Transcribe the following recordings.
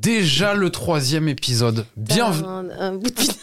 Déjà le 3e épisode. Bienvenue. Un bout de pizza.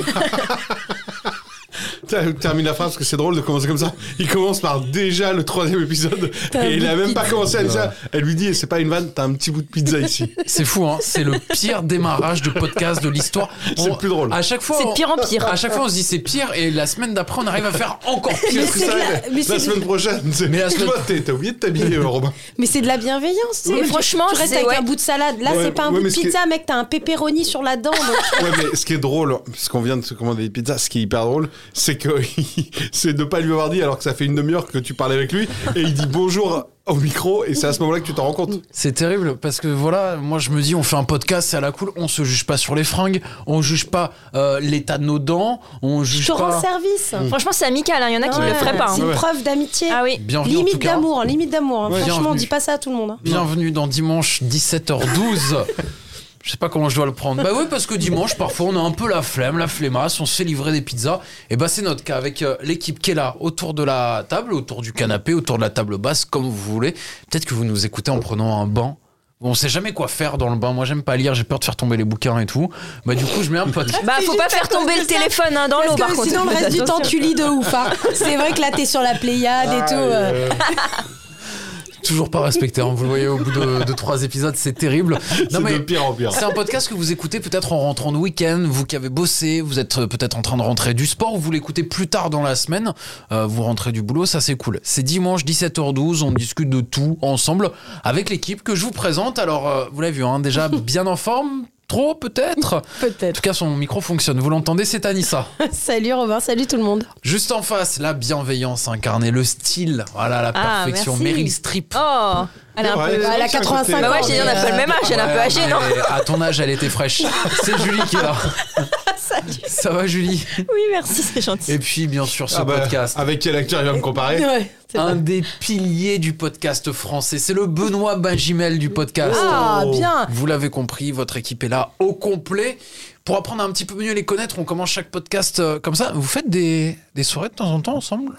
Termine la phrase parce que c'est drôle de commencer comme ça. Il commence par déjà le 3e épisode et il a même pas commencé à dire ça. Elle lui dit c'est pas une vanne, t'as un petit bout de pizza ici. C'est fou, hein. C'est le pire démarrage de podcast de l'histoire. C'est le plus drôle. À chaque fois, C'est de pire en pire. À chaque fois, on se dit c'est pire et la semaine d'après, on arrive à faire encore pire. Parce que ça, la semaine prochaine, Mais la semaine... toi, t'as oublié de t'habiller, Robin. Mais c'est de la bienveillance. Et franchement, tu restes avec un bout de salade. Là, c'est pas un bout de pizza, mec. T'as un pepperoni sur la dent. Ouais, mais ce qui est drôle, parce qu'on vient de se commander des pizzas, ce qui est hyper drôle, c'est que c'est de pas lui avoir dit alors que ça fait une demi-heure que tu parlais avec lui et il dit bonjour au micro et c'est à ce moment-là que tu t'en rends compte. C'est terrible parce que voilà, moi je me dis on fait un podcast, c'est à la cool, on se juge pas sur les fringues, on juge pas l'état de nos dents, on juge pas... Je te rends pas... service. Franchement c'est amical, il y en a qui le feraient pas. C'est une preuve d'amitié. Ah oui. Bienvenue limite en tout cas. d'amour, limite d'amour. Ouais, franchement, bienvenue. on dit pas ça à tout le monde. Hein. Bienvenue dans dimanche 17h12. Je sais pas comment je dois le prendre. Bah oui, parce que dimanche, parfois, on a un peu la flemme, la flemmasse, on se fait livrer des pizzas. Et bah, c'est notre cas avec l'équipe qui est là, autour de la table, autour du canapé, autour de la table basse, comme vous voulez. Peut-être que vous nous écoutez en prenant un bain. On sait jamais quoi faire dans le bain. Moi, j'aime pas lire, j'ai peur de faire tomber les bouquins et tout. Bah, du coup, je mets un podcast. Bah, faut pas faire tomber le téléphone dans l'eau, par contre. Sinon, le reste du temps, tu lis de ouf. Hein. C'est vrai que là, t'es sur la Pléiade et tout. Toujours pas respecté, hein. Vous le voyez au bout de 3 épisodes, c'est terrible. Non, mais de pire en pire. C'est un podcast que vous écoutez peut-être en rentrant de week-end, vous qui avez bossé, vous êtes peut-être en train de rentrer du sport, ou vous l'écoutez plus tard dans la semaine, vous rentrez du boulot, ça c'est cool. C'est dimanche 17h12, on discute de tout ensemble avec l'équipe que je vous présente. Alors, vous l'avez vu, hein, déjà bien en forme. Trop peut-être. Peut-être. En tout cas, son micro fonctionne. Vous l'entendez, c'est Anissa. Salut Robin, salut tout le monde. Juste en face, la bienveillance incarnée, le style, voilà, la perfection. Merci. Meryl Streep. Oh, elle est un peu... Elle a 85 ans. Bah ouais, j'ai dit, on a pas le même âge, elle est un peu âgée, non? À ton âge, elle était fraîche. C'est Julie qui est là. Salut. Ça va, Julie? Oui, merci, c'est gentil. Et puis, bien sûr, ce podcast. Avec quel acteur il va me comparer? Ouais, un des piliers du podcast français. C'est le Benoît Bengimel du podcast. Ah, bien. Vous l'avez compris, votre équipe est là au complet. Pour apprendre un petit peu mieux les connaître, on commence chaque podcast comme ça. Vous faites des soirées de temps en temps ensemble?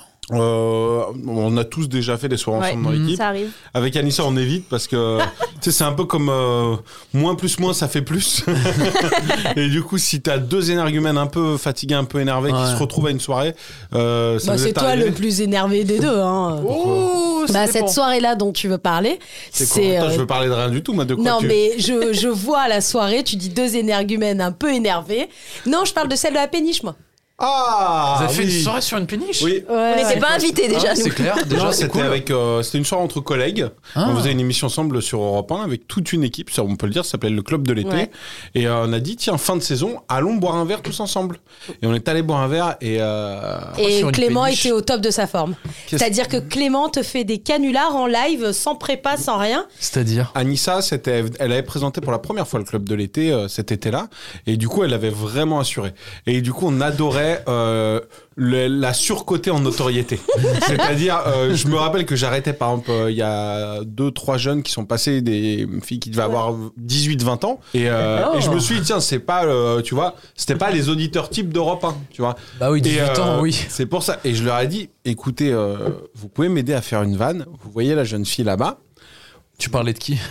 On a tous déjà fait des soirées ensemble dans l'équipe. Ça arrive. Avec Anissa, on évite parce que tu sais, c'est un peu comme moins plus moins, ça fait plus. Et du coup, si t'as 2 énergumènes un peu fatigués, un peu énervés, qui se retrouvent à une soirée, ça c'est toi arrivé. le plus énervé des deux. Hein. Cette soirée-là dont tu veux parler, c'est quoi? Je veux parler de rien du tout, moi. De quoi non, mais je vois la soirée. Tu dis 2 énergumènes un peu énervés. Non, je parle de celle de la péniche, moi. Ah, vous avez fait une soirée sur une péniche? Oui. On n'était pas invités déjà. C'est clair. Déjà, c'est c'était cool. C'était une soirée entre collègues. On faisait une émission ensemble sur Europe 1 avec toute une équipe. Ça, on peut le dire, ça s'appelait le Club de l'été. Ouais. Et on a dit, tiens, fin de saison, allons boire un verre tous ensemble. Et on est allé boire un verre et Clément était au top de sa forme. C'est-à-dire que Clément te fait des canulars en live, sans prépa, sans rien. C'est-à-dire Anissa, elle avait présenté pour la première fois le Club de l'été cet été-là. Et du coup, elle avait vraiment assuré. Et du coup, on adorait la surcotée en notoriété. C'est-à-dire, je me rappelle que j'arrêtais, par exemple, il y a 2-3 jeunes qui sont passés, des filles qui devaient avoir 18-20 ans. Et je me suis dit, tiens, c'est pas, tu vois, c'était pas les auditeurs type d'Europe 1, tu vois. Bah oui, 18 ans, oui. C'est pour ça. Et je leur ai dit, écoutez, vous pouvez m'aider à faire une vanne. Vous voyez la jeune fille là-bas. Tu parlais de qui?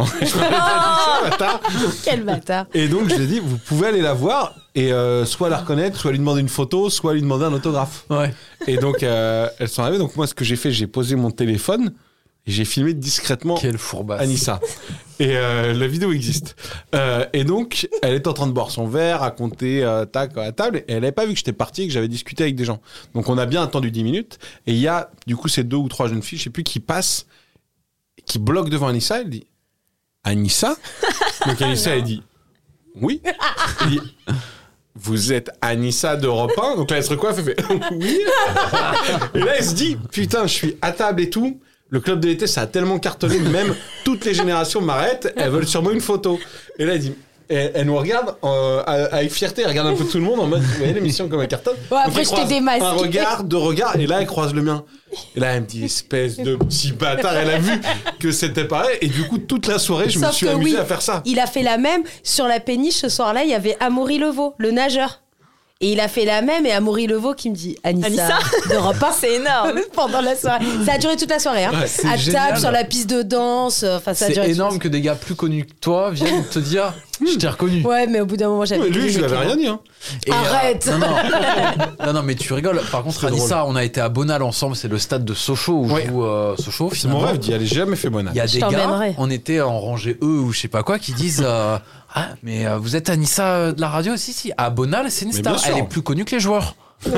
Quel bâtard. Et donc, je lui ai dit, vous pouvez aller la voir et soit la reconnaître, soit lui demander une photo, soit lui demander un autographe. Ouais. Et donc, elles sont arrivées. Donc, moi, ce que j'ai fait, j'ai posé mon téléphone et j'ai filmé discrètement Quelle fourbasse. Anissa. Et la vidéo existe. Et donc, elle était en train de boire son verre, à compter tac à la table. Et elle n'avait pas vu que j'étais parti et que j'avais discuté avec des gens. Donc, on a bien attendu 10 minutes. Et il y a, du coup, ces 2 ou 3 jeunes filles, je ne sais plus, qui passent, qui bloquent devant Anissa. Elle dit, Anissa? Donc, Anissa, elle dit, oui. Elle dit, vous êtes Anissa d'Europe 1? Donc là, elle se recoiffe, elle fait oui. Et là, elle se dit, putain, je suis à table et tout. Le Club de l'été, ça a tellement cartonné, même toutes les générations m'arrêtent, elles veulent sûrement une photo. Et là, elle dit, elle nous regarde avec fierté, elle regarde un peu tout le monde en mode, vous voyez l'émission comme elle cartonne. Ouais, après, je t'ai démasqué. Un regard, 2 regards, et là, elle croise le mien. Et là, elle me dit, espèce de petit bâtard, elle a vu que c'était pareil. Et du coup, toute la soirée, je me suis amusé à faire ça. Il a fait la même. Sur la péniche, ce soir-là, il y avait Amaury Levaux, le nageur. Et il a fait la même et Amaury Levaux qui me dit Anissa d'Europe 1. C'est énorme. Pendant la soirée. Ça a duré toute la soirée. Hein. Ouais, à génial. table, sur la piste de danse. Enfin, ça a C'est duré énorme que des gars plus connus que toi viennent te dire je t'ai reconnu. Ouais, mais au bout d'un moment, j'avais. Mais lui, je lui avais rien dit. Hein. Et, Arrête. Non, mais tu rigoles. Par contre, C'est Anissa, on a été à Bonal ensemble. C'est le stade de Sochaux où joue Sochaux. C'est mon rêve d'y aller. J'ai jamais fait Bonal. Il y a Je des gars, t'emmènerai. on était en rangée E ou je sais pas quoi, qui disent ah, mais vous êtes Anissa de la radio? Si. À Bonal, c'est une Mais star. bien sûr. Elle est plus connue que les joueurs. Ouais,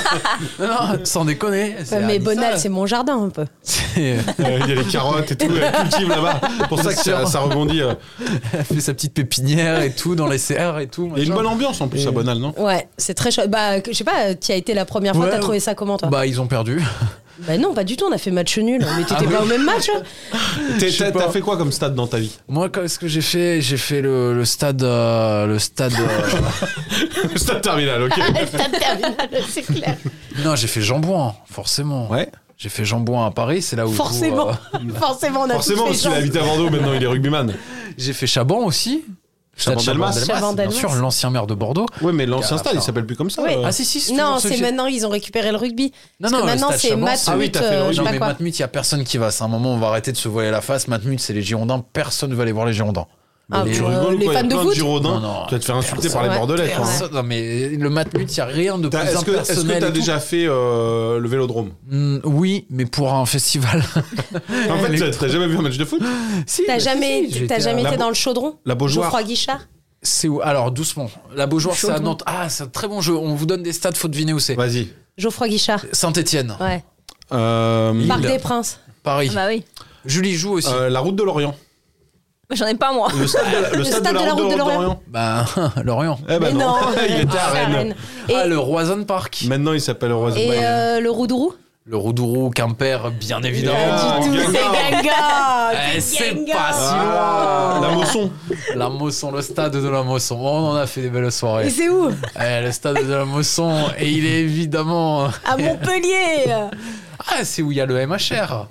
Non, sans déconner. c'est mais Anissa. Bonal, c'est mon jardin un peu. C'est- Il y a les carottes et tout. Elle cultive là-bas. Pour ça que Bien sûr. ça rebondit. Elle fait sa petite pépinière et tout, dans les CR et tout. Il y a une machin. bonne ambiance en plus à Bonal, non? Ouais, c'est très chouette. Bah, je sais pas, tu as été la première fois, Ouais. t'as trouvé ça comment toi? Bah, ils ont perdu. Bah non, pas du tout, on a fait match nul. Mais t'étais pas au même match hein. Je sais pas. T'as fait quoi comme stade dans ta vie? Moi, qu'est-ce que j'ai fait? J'ai fait le stade. Le stade. Stade terminal, ok. Stade terminal, c'est clair. Non, j'ai fait Jambouin, forcément. Ouais. J'ai fait Jambouin à Paris, c'est là où. Forcément, forcément, on a Forcément, tous parce fait qu'il genre. habite à Bordeaux, maintenant il est rugbyman. J'ai fait Chaban aussi. Stade Chaban-Delmas. Chaban-Delmas, Chaban-Delmas. bien sûr, l'ancien maire de Bordeaux. Ouais, mais l'ancien stade, il Enfin, s'appelle plus comme ça. Ouais. Ah si, c'est Non, toujours c'est celui- maintenant, ils ont récupéré le rugby. Non, Parce que le maintenant, stade c'est Chaban, Matmut, Ah oui, t'as fait le je rugby. sais Non, pas mais quoi. Matmut, il y a personne qui va. C'est un moment où on va arrêter de se voiler la face. Matmut, c'est les Girondins. Personne ne veut aller voir les Girondins. Ah, Tu bah, rigoles ou les quoi? fans Il y de a plein foot Girondins. Non, Tu vas te faire insulter par les Ouais. Bordelais, toi. hein. Personne- Non, mais le Matmut, il n'y a rien de plus Est-ce que impersonnel. t'as et tout. déjà fait le Vélodrome? Oui, mais pour un festival. En fait, t'as jamais vu un match de foot? Si, T'as mais jamais, si, t'as j'étais jamais à- été La dans le chaudron? La Beaujoire. Geoffroy Guichard? C'est où? Alors, doucement. La Beaujoire, c'est à Chaudron. Nantes. Ah, c'est un très bon jeu. On vous donne des stades, faut deviner où c'est. Vas-y. Geoffroy Guichard. Saint-Étienne. Ouais. Euh, Parc Lille. des Princes. Paris. Bah oui. Julie joue aussi. la route de l'Orient. J'en ai pas moi. Le stade de la route de l'Orient. Ben, Lorient. Eh ben Mais non, il était à c'est Rennes. Et, Ah, le Roison Park. Maintenant, il s'appelle Rose. et le Roudourou? Le Roudourou, Quimper, bien évidemment. Ah, Du tout, Guingamp. c'est Ganga. C'est Guingamp. pas si Ah, loin. la Mosson. La Mosson, le stade de la Mosson. On en a fait des belles Et soirées. c'est où? Le stade de la Mosson. Et il est évidemment. À Montpellier. Ah, c'est où il y a le MHR.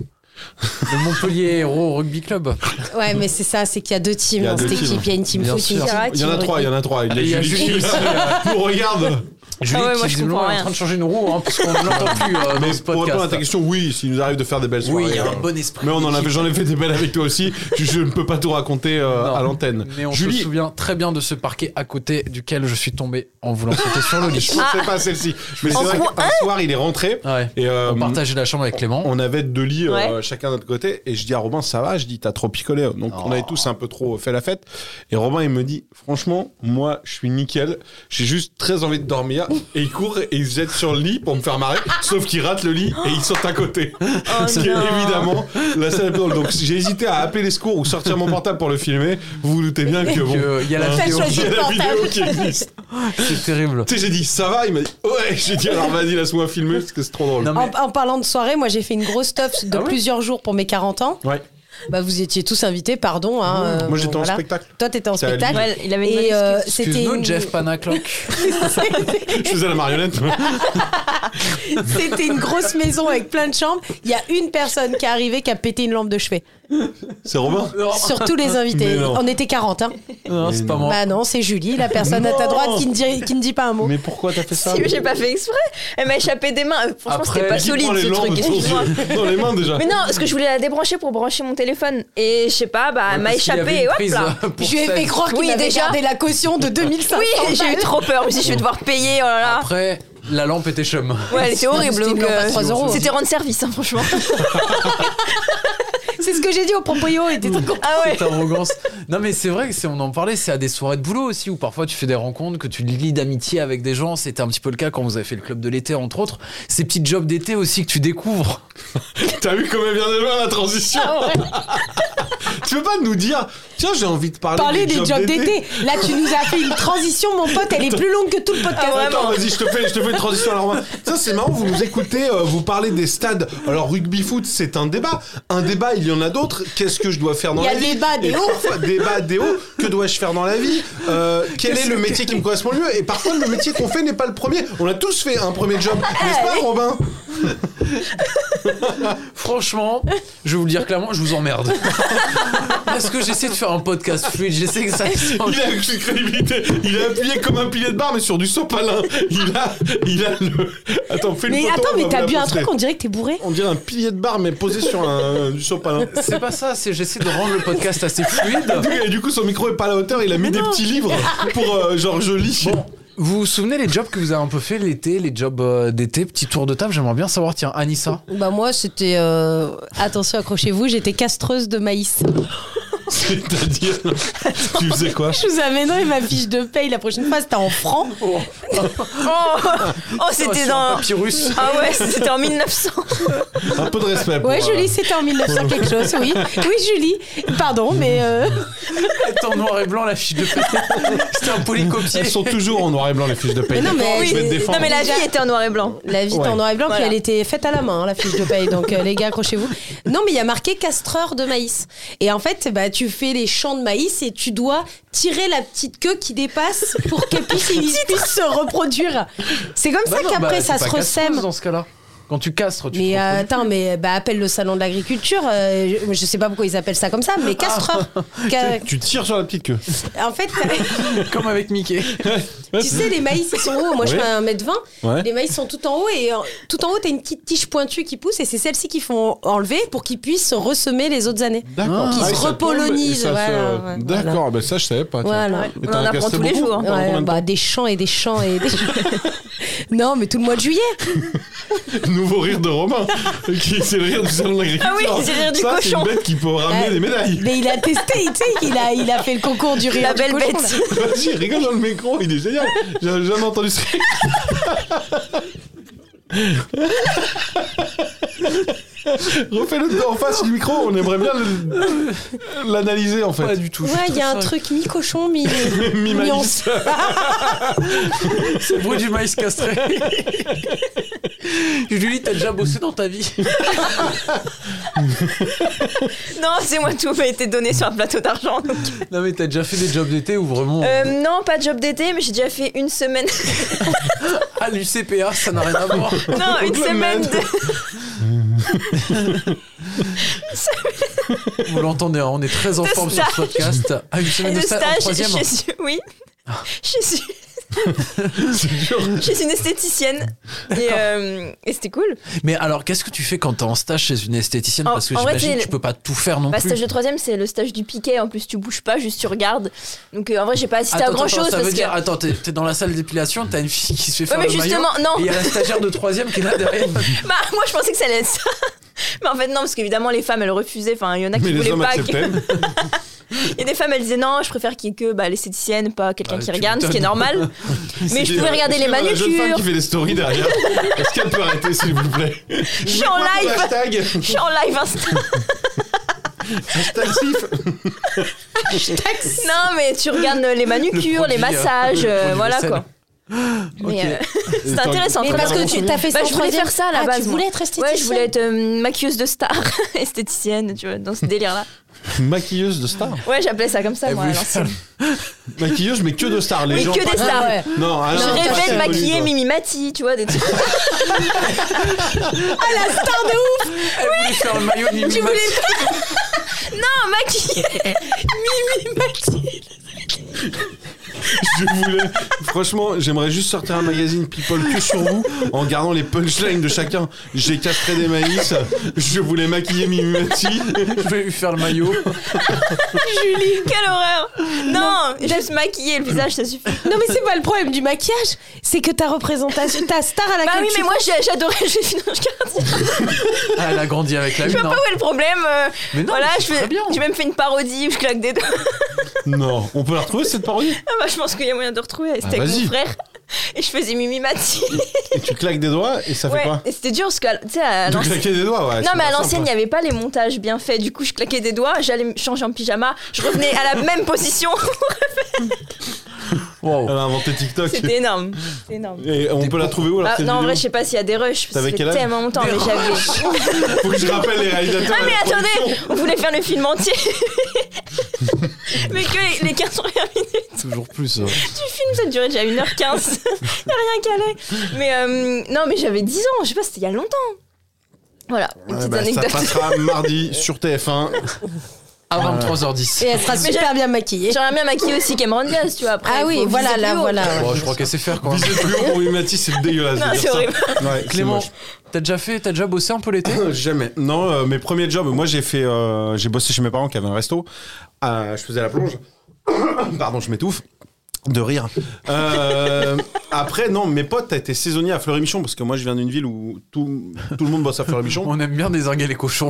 Le Montpellier Héros Rugby Club. Ouais, mais c'est ça, c'est qu'il y a deux teams Il y a dans cette deux teams. équipe. Il y a une team Bien foot, une sûr. team Il y en a trois, il y en a trois. Allez, il y a Julie aussi. Nous regarde. Julie ouais, moi, qui je visiblement comprends est en rien. train de changer une roue, hein, parce qu'on ne l'entend plus dans Mais ce pour répondre à ta podcast. question, oui, s'il nous arrive de faire des belles soirées. Oui, il y a euh, un bon esprit. Mais j'en ai fait des belles avec toi aussi. Je ne peux pas tout raconter Non. à l'antenne. Mais on se Julie, souvient très bien de ce parquet à côté duquel je suis tombé en voulant sauter sur le lit. je ne sais pas celle-ci. Mais c'est En vrai point qu'un soir, il est rentré. Ouais. Et On partageait la chambre avec Clément. on avait deux lits Ouais. chacun de notre côté. Et je dis à Robin, ça va? Je dis, t'as trop picolé. Donc on avait tous un peu trop fait la fête. Et Robin, il me dit, franchement, moi, je suis nickel. J'ai juste très envie de dormir. Et il court et il se jette sur le lit pour me faire marrer. Sauf qu'il rate le lit et il saute à côté. Ce qui est non. évidemment la scène la plus drôle. Donc j'ai hésité à appeler les secours ou sortir mon portable pour le filmer. Vous vous doutez bien que bon. Il y a la Faites vidéo. Il y choisir a le la vidéo portable. qui existe. C'est terrible. Tu sais, j'ai dit, ça va? Il m'a dit, ouais. J'ai dit, alors vas-y, laisse-moi filmer parce que c'est trop drôle. Non, mais- En parlant de soirée, moi j'ai fait une grosse stuff de Ah ouais plusieurs jours pour mes 40 ans. Ouais. Bah vous étiez tous invités, pardon. Hein, Moi, j'étais en voilà. spectacle. Toi t'étais en C'est à spectacle. Ouais, il avait une Et bonne excuse. c'était Excuse-nous, une... Jeff Panaclock. Je faisais la marionnette. c'était une grosse maison avec plein de chambres. Il y a une personne qui est arrivée qui a pété une lampe de chevet. C'est Robin? Sur tous les invités. Mais non. On était 40. Hein. Non, c'est pas moi. Bah non, c'est Julie, la personne à ta droite qui ne dit pas un mot. Mais pourquoi t'as fait ça? Si, mais j'ai pas fait exprès. Elle m'a échappé des mains. Franchement, Après, c'était pas Qui solide prend les ce lampes truc. Excuse-moi. dans les mains déjà. Mais non, parce que je voulais la débrancher pour brancher mon téléphone. Et je sais pas, bah, elle m'a Parce qu'il y avait échappé une et hop prise, là. pour Je lui ai fait 16. croire qu'il Oui, avait déjà. gardé la caution de 2500 Oui, j'ai eu balles. trop peur. Je me suis dit, je vais devoir payer. Oh là là. Après, la lampe était chum. Ouais, elle était horrible. C'était une Donc, lampe à 3 euros. c'était rendre service, hein, franchement. C'est ce que j'ai dit au proprio. Il était très content. Ah ouais. Cette arrogance. Non, mais c'est vrai que on en parlait, c'est à des soirées de boulot aussi, où parfois tu fais des rencontres, que tu lis d'amitié avec des gens. C'était un petit peu le cas quand vous avez fait le club de l'été, entre autres. Ces petits jobs d'été aussi que tu découvres. T'as vu comment elle vient de voir la transition? Tu veux pas nous dire, tiens, j'ai envie de Parler des jobs d'été. Là, tu nous as fait une transition, mon pote. Elle est plus longue que tout le podcast. Ah, vraiment. Attends, vas-y, je te fais une transition. Alors, ça, c'est marrant, vous nous écoutez, vous parlez des stades. Alors, rugby foot, c'est un débat. Un débat, il y en a d'autres. Qu'est-ce que je dois faire dans Il y a la vie? le débat des Et hauts. parfois, débat des hauts. Que dois-je faire dans la vie? Quel est le métier qui me correspond le mieux? Et parfois, le métier qu'on fait n'est pas le premier. On a tous fait un premier job. N'est-ce pas, Robin? Franchement, je vais vous le dire clairement, je vous emmerde. Parce que j'essaie de faire un podcast fluide, j'essaie que ça... Il a une crédibilité. Il a appuyé comme un pilier de bar, mais sur du sopalin. Il a le... Attends, fais une mais photo. attends, mais t'as bu un truc, on dirait que t'es bourré. On dirait un pilier de bar, mais posé sur du sopalin. C'est pas ça, c'est j'essaie de rendre le podcast assez fluide. Et du coup, son micro est pas à la hauteur. Il a mis des petits livres pour genre je lis. Bon. Vous vous souvenez les jobs que vous avez un peu fait l'été, les jobs d'été, petit tour de table, j'aimerais bien savoir, tiens, Anissa. Bah moi c'était, attention accrochez-vous, j'étais castreuse de maïs. C'est-à-dire, tu faisais quoi? Je vous amènerai ma fiche de paye la prochaine fois, c'était en francs. Oh, c'était dans... Papyrus. Ah ouais, c'était en 1900. Un peu de respect. Ouais, Julie, c'était en 1900 quelque chose, oui. Oui, Julie, pardon, mais... C'était en noir et blanc la fiche de paye. C'était un polycopier. Elles sont toujours en noir et blanc les fiches de paye. Mais non, mais- je vais te Non, défendre. mais la vie était en noir et blanc. La vie était Ouais. en noir et blanc, Voilà. puis elle était faite à la main, hein, la fiche de paye. Donc les gars, accrochez-vous. Non, mais il y a marqué castreur de maïs. Et en fait, bah, tu fais les champs de maïs et tu dois tirer la petite queue qui dépasse pour qu'elle puisse se reproduire. C'est comme ça Bah non, qu'après bah, ça c'est se pas ressème. castreuse dans ce cas-là. Quand tu castres, tu Mais te reproduis. attends, mais bah, appelle le salon de l'agriculture. Je sais pas pourquoi ils appellent ça comme ça, mais castreur. Tu tires sur la petite queue. En fait, Comme avec Mickey. tu sais, les maïs ils sont hauts. Moi, je Oui. fais 1m20. Ouais. Les maïs sont tout en haut et tout en haut, t'as une petite tige pointue qui pousse et c'est celle-ci qu'il faut enlever pour qu'ils puissent ressemer les autres années. D'accord. Qui se ça tombe repolonisent, et ça se- voilà, ouais, D'accord, bah ça je savais pas. tiens. Voilà. Et On t'en en as apprend casté tous les beaucoup jours. Pendant combien de Bah, des champs et des champs et des Non, mais tout le mois de juillet. temps Nouveau rire de Romain. C'est le rire du salon de l'agriculture. Ah oui, c'est le rire du Ça, c'est cochon. une bête qui peut ramener des médailles. Mais il a testé, tu sais, il a fait le concours du rire La du belle cochon, bête. là. Vas-y, rigole dans le micro, il est génial. J'ai jamais entendu ce rire. Refais-le en face du micro, on aimerait bien l'analyser en fait. Pas du tout. Ouais, il y a un truc mi-cochon, Mi-maïs. C'est le bruit du maïs castré. Julie, t'as déjà bossé dans ta vie? Non, c'est moi, tout m'a été donné sur un plateau d'argent. Donc... Non mais t'as déjà fait des jobs d'été ou vraiment... non, pas de job d'été, mais j'ai déjà fait une semaine. Ah, l'UCPA, ça n'a rien à voir. Non, une Club semaine Med. de... Vous l'entendez, hein, on est très en De forme sur ce stage. podcast. Ah, une semaine de stage en troisième. Oui. Je suis une esthéticienne et c'était cool. Mais alors, qu'est-ce que tu fais quand t'es en stage chez une esthéticienne? En- Parce que en vrai, j'imagine que c'est- tu peux pas tout faire non Bah, plus. stage de troisième, c'est le stage du piquet. En plus, tu bouges pas, juste tu regardes. Donc en vrai, j'ai pas assisté à grand chose ça parce veut dire, que. attends, t'es dans la salle d'épilation, t'as une fille qui se fait faire Ouais, mais le maillot, justement, non. et il y a la stagiaire de troisième qui est là derrière. Bah, moi, je pensais que ça allait être ça. Mais en fait, non, parce qu'évidemment, les femmes, elles refusaient. Enfin, il y en a qui Mais les voulaient hommes pas. acceptaient. Et des femmes, elles disaient non, je préfère qu'il y ait que l'esthéticienne, pas quelqu'un Ah, qui tu regarde, ce qui est m'étonnes. normal. Mais je pouvais regarder les Est-ce qu'il y a la jeune femme manucures. qui fait des stories derrière. Est-ce qu'elle peut arrêter s'il vous plaît? Je suis en live. Hashtag. Je suis en live Insta. Hashtag sif. Non, mais tu regardes les manucures, les produit, massages, produit voilà vaisselle. quoi. Mais Ok. c'est intéressant. Mais très parce que intéressant. tu t'as fait ça Bah, en je voulais troisième. faire ça à la Ah, base. tu moi. voulais être esthéticienne. Ouais, je voulais être maquilleuse de star, esthéticienne, tu vois, dans ce délire-là. Maquilleuse de stars. Ouais, j'appelais ça comme ça, Elle moi, à voulait l'ancienne. Maquilleuse, mais que de stars. Les Mais gens que des pas- stars. ouais. Non, alors, Je pas rêvais de très maquiller connu, toi. Mimi Mati, tu vois, des trucs. Elle voulait faire le maillot de Mimi Tu Mati. Non, maquiller Mimi Mati. Je voulais. Franchement, j'aimerais juste sortir un magazine People que sur vous en gardant les punchlines de chacun. J'ai castré des maïs. Je voulais maquiller Mimi Mati. Je vais lui faire le maillot. Julie, quelle horreur. Non, juste maquiller le visage, ça suffit. Non, mais c'est pas le problème du maquillage, c'est que ta représentation, ta star à Bah laquelle oui, tu mais moi j'adorais Joséphine Ange Gardien. Ah, elle a grandi avec la Je une. vois pas hein. où est le problème. Mais non, voilà, mais c'est très bien. j'ai même fait une parodie où je claque des doigts. Non, on peut la retrouver cette parodie. Ah bah, je pense qu'il y a moyen de retrouver. C'était avec vas-y. mon frère. Et je faisais Mimi Mati. Et tu claques des doigts et ça fait Ouais, quoi? et c'était dur parce que, tu sais, à De l'ancienne. claquer des doigts, ouais. Non, c'est mais à pas l'ancienne, il simple. n'y avait pas les montages bien faits. Du coup, je claquais des doigts, j'allais me changer en pyjama, je revenais à la même position. Wow. Elle a inventé TikTok. C'était énorme. C'était énorme. Et on peut la trouver où alors Bah, cette non, en vidéo vrai, je sais pas s'il y a des rushs. Ça T'avais fait quel âge tellement longtemps, mais j'avais. Faut que je rappelle les réalisateurs. Ah, et mais la attendez, production. on voulait faire le film entier. Mais que les 15 premières minutes. Toujours plus. Du film, ça durait déjà 1h15. Y'a rien calé. Mais non, mais j'avais 10 ans, je sais pas, c'était il y a longtemps. Voilà, une petite Ça anecdote. passera mardi sur TF1. À 23h10. Et elle sera super bien maquillée. J'aimerais bien maquiller aussi Cameron Diaz, tu vois. Après, Ah oui, faut voilà, viser là, plus haut. voilà. Bon, je crois qu'elle sait faire quoi. Viser plus haut pour Mimati, c'est dégueulasse. de Non, dire c'est ça. horrible. Ouais, c'est Clément, moche. t'as déjà bossé un peu l'été? Jamais. Non, mes premiers jobs, moi j'ai bossé chez mes parents qui avaient un resto. Je faisais la plonge. Pardon, je m'étouffe. De rire. Après, non, mes potes étaient saisonniers à Fleury-Michon parce que moi je viens d'une ville où tout le monde bosse à Fleury-Michon. On aime bien désinguer les cochons.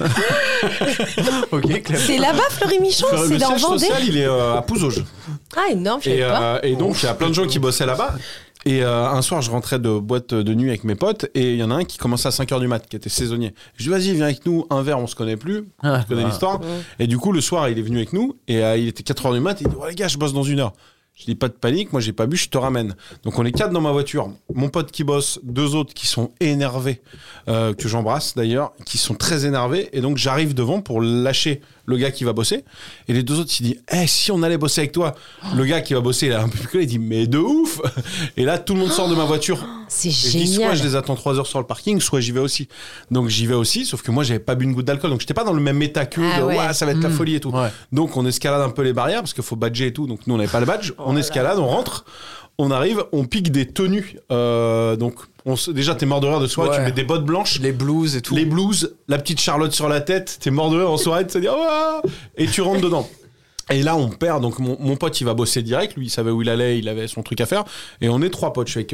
Ok, Clément. C'est là-bas, Fleury-Michon, Le c'est dans siège Vendée. social, il est à Pouzauges. Ah, énorme, je savais pas. Et donc, il y a plein de gens qui bossaient là-bas. Et un soir, je rentrais de boîte de nuit avec mes potes et il y en a un qui commençait à 5h du mat, qui était saisonnier. Je dis, vas-y, viens avec nous, un verre, on se connaît plus, on connaît l'histoire. Et du coup, le soir, il est venu avec nous et il était 4h du mat, il dit, ouais, les gars, je bosse dans 1 heure. Je dis, pas de panique, moi j'ai pas bu, je te ramène. Donc on est 4 dans ma voiture. Mon pote qui bosse, 2 autres qui sont énervés, que j'embrasse d'ailleurs, qui sont très énervés. Et donc j'arrive devant pour lâcher le gars qui va bosser. Et les 2 autres, il dit, si on allait bosser avec toi. Le gars qui va bosser, il a un peu picolé, il dit, mais de ouf. Et là, tout le monde sort de ma voiture. C'est Et je dis, soit génial. je les attends 3 heures sur le parking, soit j'y vais aussi. Donc j'y vais aussi, sauf que moi j'avais pas bu une goutte d'alcool, donc j'étais pas dans le même état que Ah de, ouais. ouais, ça va être la folie et tout. Ouais. Donc on escalade un peu les barrières parce qu'il faut badger et tout, donc nous on n'avait pas le badge. On escalade, on rentre, on arrive, on pique des tenues. Donc déjà t'es mort de rire de soirée, Ouais. tu mets des bottes blanches. Les blues et tout. Les blues, la petite Charlotte sur la tête, t'es mort de rire en soirée, tu te dis et tu rentres dedans. Et là, on perd. Donc, mon pote, il va bosser direct. Lui, il savait où il allait. Il avait son truc à faire. Et on est 3 potes. Je suis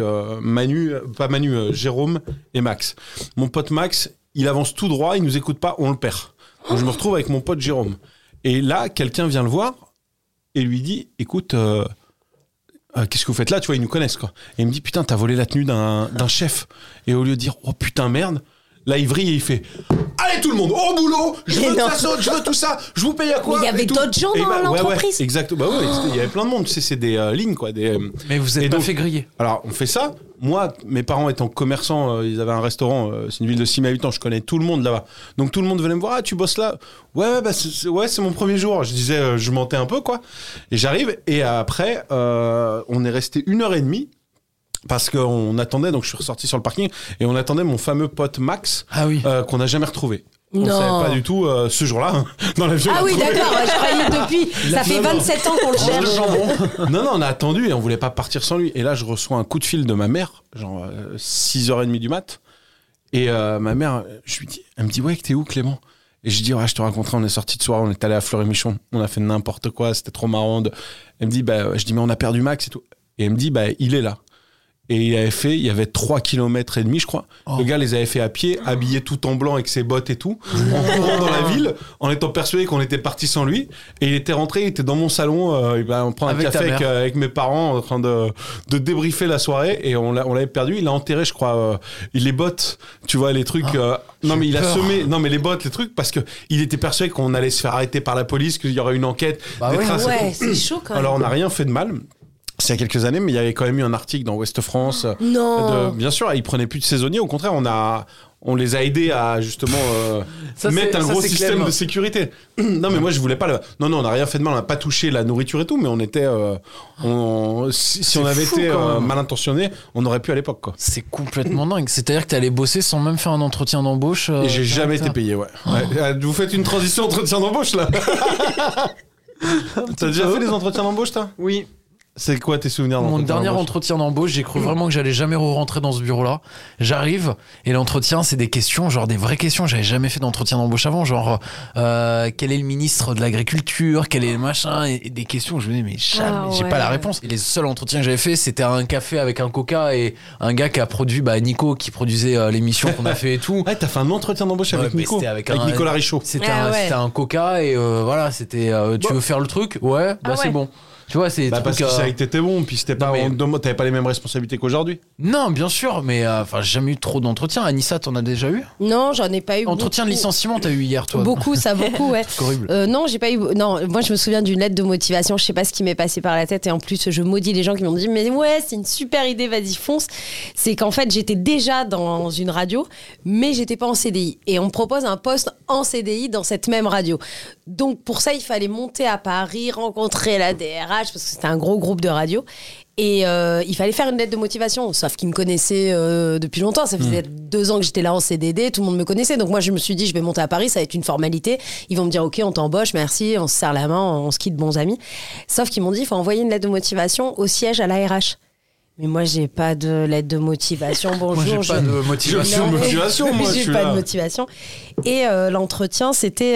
avec Jérôme et Max. Mon pote Max, il avance tout droit. Il nous écoute pas. On le perd. Donc, je me retrouve avec mon pote Jérôme. Et là, quelqu'un vient le voir et lui dit, écoute, qu'est-ce que vous faites là? Tu vois, ils nous connaissent, quoi. Et il me dit, putain, t'as volé la tenue d'un chef. Et au lieu de dire, oh putain, merde, là, il vrille et il fait, allez tout le monde au boulot, je veux de la saute, je veux tout ça, je vous paye à quoi? Mais il y avait et tout. d'autres gens Et dans l'entreprise. Ouais, exactement. Bah ouais, il y avait plein de monde, tu sais, c'est des lignes, quoi. Mais vous Et êtes pas donc- fait griller. Alors, on fait ça. Moi, mes parents étant commerçants, ils avaient un restaurant, c'est une ville de 6 000 habitants, je connais tout le monde là-bas. Donc tout le monde venait me voir, ah, tu bosses là? Ouais, bah, c'est mon premier jour. Je disais, je mentais un peu, quoi. Et j'arrive, et après, on est resté 1h30. Parce qu'on attendait, donc je suis ressorti sur le parking, et on attendait mon fameux pote Max, Ah oui. qu'on n'a jamais retrouvé. On Non. savait pas du tout ce jour-là, hein, dans l'avion. Ah on oui, l'a trouvé. d'accord, je croyais depuis. Ça fait 27 ans qu'on le cherche. Non, on a attendu et on voulait pas partir sans lui. Et là, je reçois un coup de fil de ma mère, genre 6h30 du mat. Et ma mère, elle me dit, ouais, t'es où, Clément? Et je dis, ouais, je te raconterai, on est sorti de soirée, on est allé à Fleury-Michon, on a fait n'importe quoi, c'était trop marrant. Elle me dit, je dis, mais on a perdu Max et tout. Et elle me dit, il est là. Et il y avait 3,5 km, je crois. Oh. Le gars les avait fait à pied, habillé tout en blanc avec ses bottes et tout, en courant dans la ville, en étant persuadé qu'on était parti sans lui. Et il était rentré, il était dans mon salon, on prend un Avec ta café mère. avec mes parents, en train de débriefer la soirée. Et on l'avait perdu. Il a enterré, je crois, les bottes, tu vois, les trucs. Non, mais il a peur. semé, non, mais les bottes, les trucs, parce que il était persuadé qu'on allait se faire arrêter par la police, qu'il y aurait une enquête, Bah des ouais. traces. Ouais, c'est chaud quand même. Alors, on n'a rien fait de mal. C'est il y a quelques années, mais il y avait quand même eu un article dans Ouest France. Non. Bien sûr, ils prenaient plus de saisonniers. Au contraire, on les a aidés à justement Ça, mettre un ça, gros c'est système Clem. de sécurité. Non, mais moi, je voulais pas. Non, on n'a rien fait de mal. On n'a pas touché la nourriture et tout, mais on était. Si on avait fou, été quand même. mal intentionné, on aurait pu à l'époque, quoi. C'est complètement dingue. C'est-à-dire que t'es allé bosser sans même faire un entretien d'embauche. Et j'ai jamais été payé, ouais. Ouais. Vous faites une transition entretien d'embauche, là. T'as déjà fait des entretiens d'embauche, toi? Oui. C'est quoi tes souvenirs Mon d'entretien dernier d'embauche entretien d'embauche, j'ai cru vraiment que j'allais jamais rentrer dans ce bureau-là. J'arrive et l'entretien, c'est des questions, genre des vraies questions. J'avais jamais fait d'entretien d'embauche avant, genre quel est le ministre de l'agriculture, quel est le machin, et des questions où je me dis mais jamais, Ah j'ai ouais. pas la réponse. Et les seuls entretiens que j'avais fait, c'était un café avec un Coca et un gars qui a produit, Nico, qui produisait l'émission qu'on a fait et tout. Ouais, t'as fait un entretien d'embauche Ouais, avec mais Nico. c'était avec Avec un- Nicolas Richaud. C'était Ah ouais. un Coca et voilà, c'était tu veux faire le truc? Ouais, Ah c'est ouais. bon. Tu vois, c'est des Parce trucs, que c'est avec que t'étais bon, puis c'était pas, Non, mais- t'avais pas les mêmes responsabilités qu'aujourd'hui. Non, bien sûr, mais j'ai jamais eu trop d'entretiens. Anissa, t'en as déjà eu? Non, j'en ai pas eu. Entretien de beaucoup. licenciement, t'as eu hier, toi? Beaucoup, ça, beaucoup, ouais. C'est horrible. Non, j'ai pas eu. Non, moi je me souviens d'une lettre de motivation. Je sais pas ce qui m'est passé par la tête et en plus je maudis les gens qui m'ont dit mais ouais c'est une super idée, vas-y fonce. C'est qu'en fait j'étais déjà dans une radio, mais j'étais pas en CDI et on me propose un poste en CDI dans cette même radio. Donc pour ça il fallait monter à Paris, rencontrer la DRH, RH, parce que c'était un gros groupe de radio. Et il fallait faire une lettre de motivation, sauf qu'ils me connaissaient depuis longtemps. Ça faisait 2 ans que j'étais là en CDD, tout le monde me connaissait. Donc moi, je me suis dit, je vais monter à Paris, ça va être une formalité. Ils vont me dire, OK, on t'embauche, merci, on se serre la main, on se quitte bons amis. Sauf qu'ils m'ont dit, il faut envoyer une lettre de motivation au siège à la RH. Mais moi, j'ai pas de lettre de motivation. Bonjour. Moi, j'ai pas de motivation. J'ai motivation, moi, je j'ai suis pas là. de motivation. Et l'entretien, c'était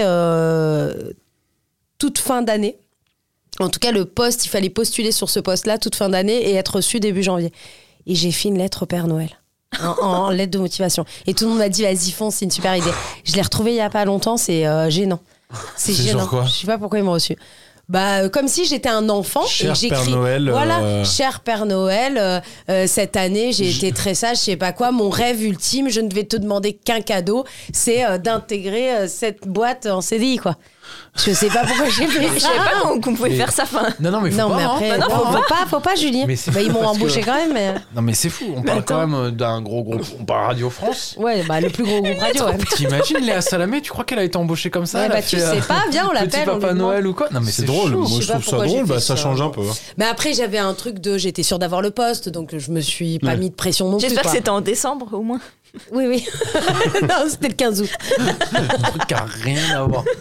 toute fin d'année. En tout cas, le poste, il fallait postuler sur ce poste-là toute fin d'année et être reçu début janvier. Et j'ai fait une lettre au Père Noël, en lettre de motivation. Et tout le monde m'a dit, vas-y, fonce, c'est une super idée. Je l'ai retrouvée il y a pas longtemps, c'est gênant. C'est genre gênant. quoi ? Je sais pas pourquoi ils m'ont reçu. Comme si j'étais un enfant Cher et j'écris. Père Noël, Voilà, cher Père Noël, cette année j'ai été très sage, je sais pas quoi. Mon rêve ultime, je ne vais te demander qu'un cadeau, c'est d'intégrer cette boîte en CDI, quoi. Je sais pas pourquoi j'ai fait Je ça. savais pas qu'on pouvait faire ça. Fin. Non, mais faut Non, pas. mais hein. après, Bah non, faut pas, Julie. Mais c'est Ils m'ont parce embauché que- quand même. Mais... Non, mais c'est fou. On parle quand même d'un gros groupe. On parle Radio France. Ouais, le plus gros groupe radio. Ouais. T'imagines Léa Salamé, tu crois qu'elle a été embauchée comme ça? Ouais, elle a tu fait, sais pas, viens, on Petit l'appelle. on lui Papa demande. Noël ou quoi? Non, mais C'est drôle, chaud. moi Je je sais pas trouve ça pourquoi j'ai drôle, fait ça ça. change un peu. Mais après, j'avais un truc j'étais sûre d'avoir le poste, donc je me suis pas mis de pression non plus. J'espère que quoi. c'était en décembre au moins. Oui. Non, c'était le 15 août. Un truc qui a rien à voir.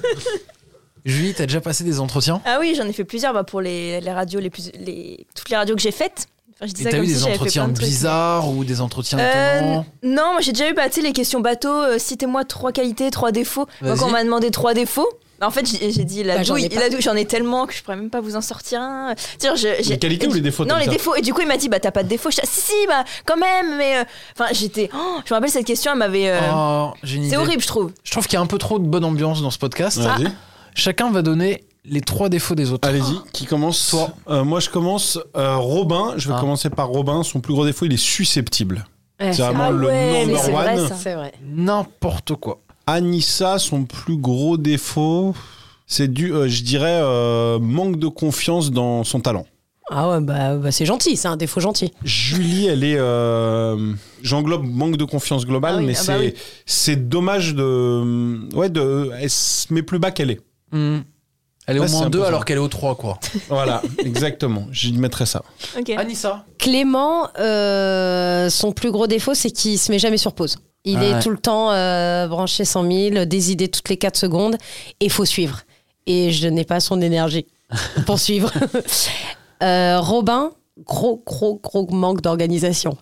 Julie, t'as déjà passé des entretiens? Ah oui, j'en ai fait plusieurs pour les radios, toutes les radios que j'ai faites. Enfin, je dis Et ça t'as comme eu si des j'avais fait entretiens plein de trucs. bizarres ou des entretiens étonnants? Non, moi j'ai déjà eu les questions bateau, citez-moi 3 qualités, 3 défauts. Donc Vas-y. on m'a demandé 3 défauts. Bah, en fait, j'ai dit la Bah, douille, j'en ai pas. j'en ai tellement que je pourrais même pas vous en sortir un. Les qualités ou les défauts? Non, t'as les dit ça défauts. Et du coup, il m'a dit, t'as pas de défauts. Je dis, si, quand même. Mais enfin, j'étais. Je me rappelle cette question, elle m'avait. Oh, j'ai une C'est idée. horrible, je trouve. Je trouve qu'il y a un peu trop de bonne ambiance dans ce podcast. Vas-y. Chacun va donner les 3 défauts des autres. Allez-y, qui commence? Toi. Moi je commence. Robin, je vais commencer par Robin. Son plus gros défaut, il est susceptible. Ouais, C'est vraiment Ah le ouais, mais number c'est vrai, one. ça. c'est vrai. N'importe quoi. Anissa, son plus gros défaut, c'est je dirais, manque de confiance dans son talent. Ah ouais, c'est gentil, c'est un défaut gentil. Julie, elle est. J'englobe manque de confiance globale, Ah oui, mais ah bah oui. c'est dommage de. Ouais, elle se met plus bas qu'elle est. Elle est Ouais, au c'est moins un peu 2 ça. alors qu'elle est au 3, quoi. Voilà, exactement. J'y mettrais ça. Ok. Anissa. Clément, son plus gros défaut, c'est qu'il se met jamais sur pause. Il Ah est ouais. tout le temps branché 100 000, des idées toutes les 4 secondes, et il faut suivre. Et je n'ai pas son énergie pour suivre. Robin, gros manque d'organisation.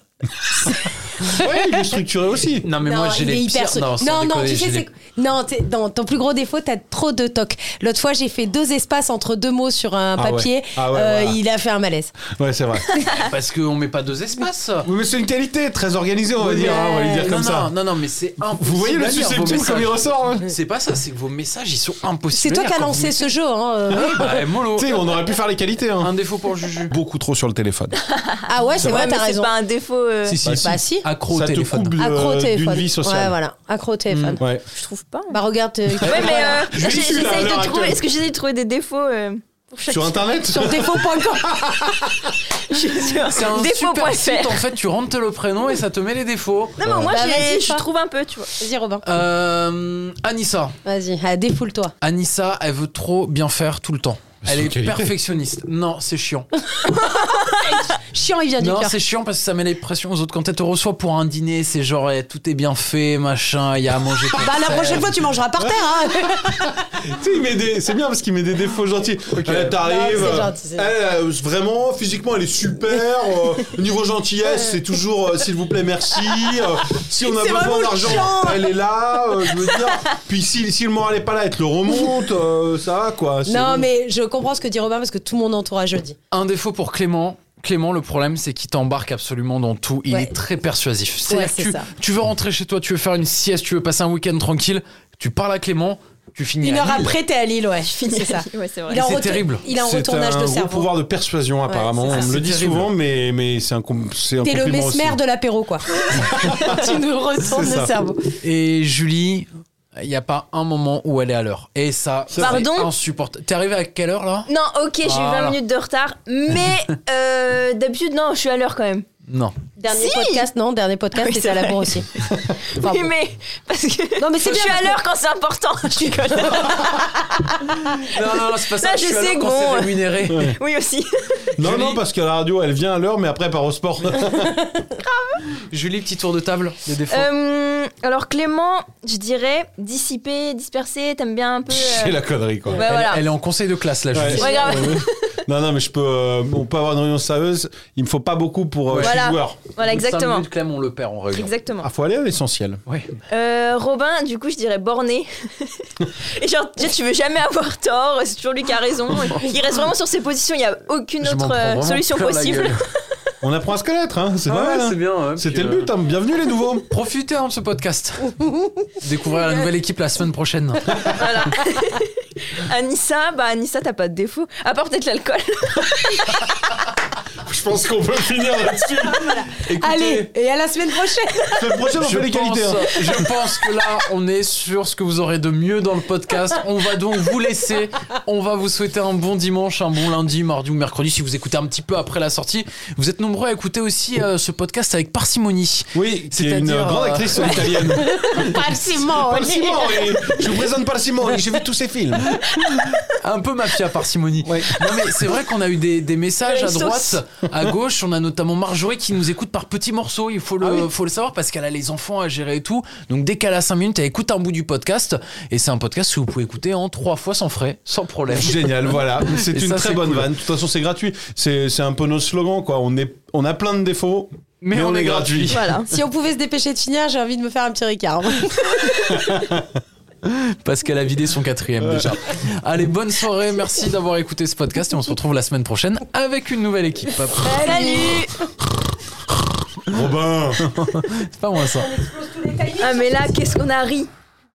Ouais, il est structuré aussi. Non, mais moi, j'ai il est les hyper pires. Non, sans non, déconner, tu sais, j'ai c'est... les- Non, dans ton plus gros défaut, t'as trop de tocs. L'autre fois, j'ai fait 2 espaces entre 2 mots sur un Ah ouais. papier. Ah ouais, voilà. Il a fait un malaise. Ouais, c'est vrai. Parce qu'on met pas 2 espaces. Oui, mais c'est une qualité très organisée, on va dire. Hein, on va lui dire non, comme ça. non, mais c'est impossible. Vous voyez le à lire, vos susceptible comme il messages. ressort hein C'est pas ça, c'est que vos messages, ils sont impossibles. C'est toi à qui lire as quand lancé vous ce jeu. Hein. mettez- Bah, mollo. Tu sais, on aurait pu faire les qualités. Hein. Un défaut pour Juju. Beaucoup trop sur le téléphone. Ah ouais, c'est vrai, mais t'as c'est raison. pas un défaut. Si. Bah si. Accro au Ça te téléphone. coupe Accro au d'une téléphone. vie Ouais, sociale. voilà. Accro au téléphone. Ouais. Je trouve pas. Bah regarde. Ouais, mais Je suis j'essaye là, à l'heure de trouver. actuelle. Est-ce que j'essaie de trouver des défauts pour chaque Sur internet Sur défaut.com. Je suis sur C'est un super défaut.fr. site, en fait, tu rentres le prénom et ça te met les défauts. Non, mais moi, Bah, vas-y, je toi. trouve un peu, tu vois. Vas-y, Robin. Anissa. Vas-y, défoule-toi. Anissa, elle veut trop bien faire tout le temps. C'est Elle une est qualité. perfectionniste. Non, c'est chiant. Chiant, il vient du Non, cœur. c'est chiant parce que ça met les pressions aux autres. Quand elle te reçoit pour un dîner, c'est genre tout est bien fait, machin, il y a à manger. pour Bah la 16. prochaine fois, tu mangeras par terre. Hein. Tu sais, il met c'est bien parce qu'il met des défauts gentils. T'arrives, Non, c'est gentil, c'est vraiment, physiquement, elle est super. Au niveau gentillesse, c'est toujours s'il vous plaît, merci. Si on a C'est besoin vraiment d'argent, chiant. elle est là. Je veux dire. Puis si le moral est pas là, elle te le remonte. Ça va quoi. C'est Non, bon. mais je comprends ce que dit Robin parce que tout mon entourage le dit. Un défaut pour Clément. Clément, le problème, c'est qu'il t'embarque absolument dans tout. Il Ouais. est très persuasif. Ouais, C'est-à-dire c'est que ça. tu veux rentrer chez toi, tu veux faire une sieste, tu veux passer un week-end tranquille, tu parles à Clément, tu finis Une à heure Lille. après, t'es à Lille, ouais. C'est ça. Ouais, c'est vrai. Il est en C'est terrible. Il a un C'est retournage un de gros cerveau. pouvoir de persuasion apparemment. c'est ça. On me le C'est dit terrible. souvent, mais c'est un T'es le compliment aussi. mesmer de l'apéro, quoi. Tu nous retournes C'est le ça. cerveau. Et Julie, il n'y a pas un moment où elle est à l'heure. Et ça, c'est Pardon insupportable. T'es arrivé à quelle heure là? Non, ok, j'ai eu Voilà. 20 minutes de retard, mais d'habitude, non, je suis à l'heure quand même. Non. Dernier podcast, non, dernier podcast, Oui, c'était c'est à la vrai. bourre aussi. Enfin, Oui, bon. mais parce que Non, mais c'est je bien, suis à parce que- l'heure quand c'est important. Je rigole. Non, c'est pas ça. Là, je je suis à sais l'heure que quand bon, c'est rémunéré. Oui aussi. Non, Julie. non, parce que la radio, elle vient à l'heure, mais après, elle part au sport. Julie, petit tour de table, les défauts. Alors Clément, je dirais dissipé, dispersé. T'aimes bien un peu. C'est la connerie, quoi. Bah, voilà. Elle est en conseil de classe, là, Julie. Ouais, grave. Non, non, mais on peut avoir une réunion sérieuse. Il me faut pas beaucoup pour Ouais. je suis Voilà. joueur. Voilà, 5 exactement. minutes, Clem, on le perd en réunion. Exactement. Ah, faut aller à l'essentiel. Ouais. Robin, du coup, je dirais borné. Et genre, tu veux jamais avoir tort, c'est toujours lui qui a raison. Il reste vraiment sur ses positions, il n'y a aucune Je m'en autre prends vraiment solution plein la possible. gueule. On apprend à se connaître, hein. C'est pas mal. hein. c'est bien. ouais, C'était puis, le but, hein. Bienvenue les nouveaux. Profitez de ce podcast. Découvrir la nouvelle équipe la semaine prochaine. Voilà. Anissa, t'as pas de défaut. À part peut-être l'alcool. Je pense qu'on peut finir là-dessus. Écoutez, Allez, et à la semaine prochaine. La prochaine, on fait les qualités. hein. je pense que là, on est sur ce que vous aurez de mieux dans le podcast. On va donc vous laisser. On va vous souhaiter un bon dimanche, un bon lundi, mardi ou mercredi si vous écoutez un petit peu après la sortie. Vous êtes nombreux à écouter aussi ce podcast avec parcimonie. Oui, c'est une C'est-à-dire, grande actrice italienne. Parcimon. Parsimoni. Je vous présente Parsimoni. J'ai vu tous ses films. Un peu mafia parcimonie. Ouais. Non mais c'est vrai qu'on a eu des messages à Les droite, à gauche. On a notamment Marjorie qui nous écoute par petits morceaux. Il faut le savoir parce qu'elle a les enfants à gérer et tout. Donc dès qu'elle a 5 minutes, elle écoute un bout du podcast. Et c'est un podcast que vous pouvez écouter en 3 fois sans frais, sans problème. Génial, voilà. C'est Et une ça, très c'est bonne cool. vanne. De toute façon, c'est gratuit. C'est un peu notre slogan, quoi. On a plein de défauts, mais on est gratuit. Voilà. Si on pouvait se dépêcher de finir, j'ai envie de me faire un petit Ricard. Parce qu'elle a vidé son 4e déjà. Allez, bonne soirée. Merci d'avoir écouté ce podcast. Et on se retrouve la semaine prochaine avec une nouvelle équipe. Salut. Robin. C'est pas moi ça. Ah mais là, qu'est-ce qu'on a ri.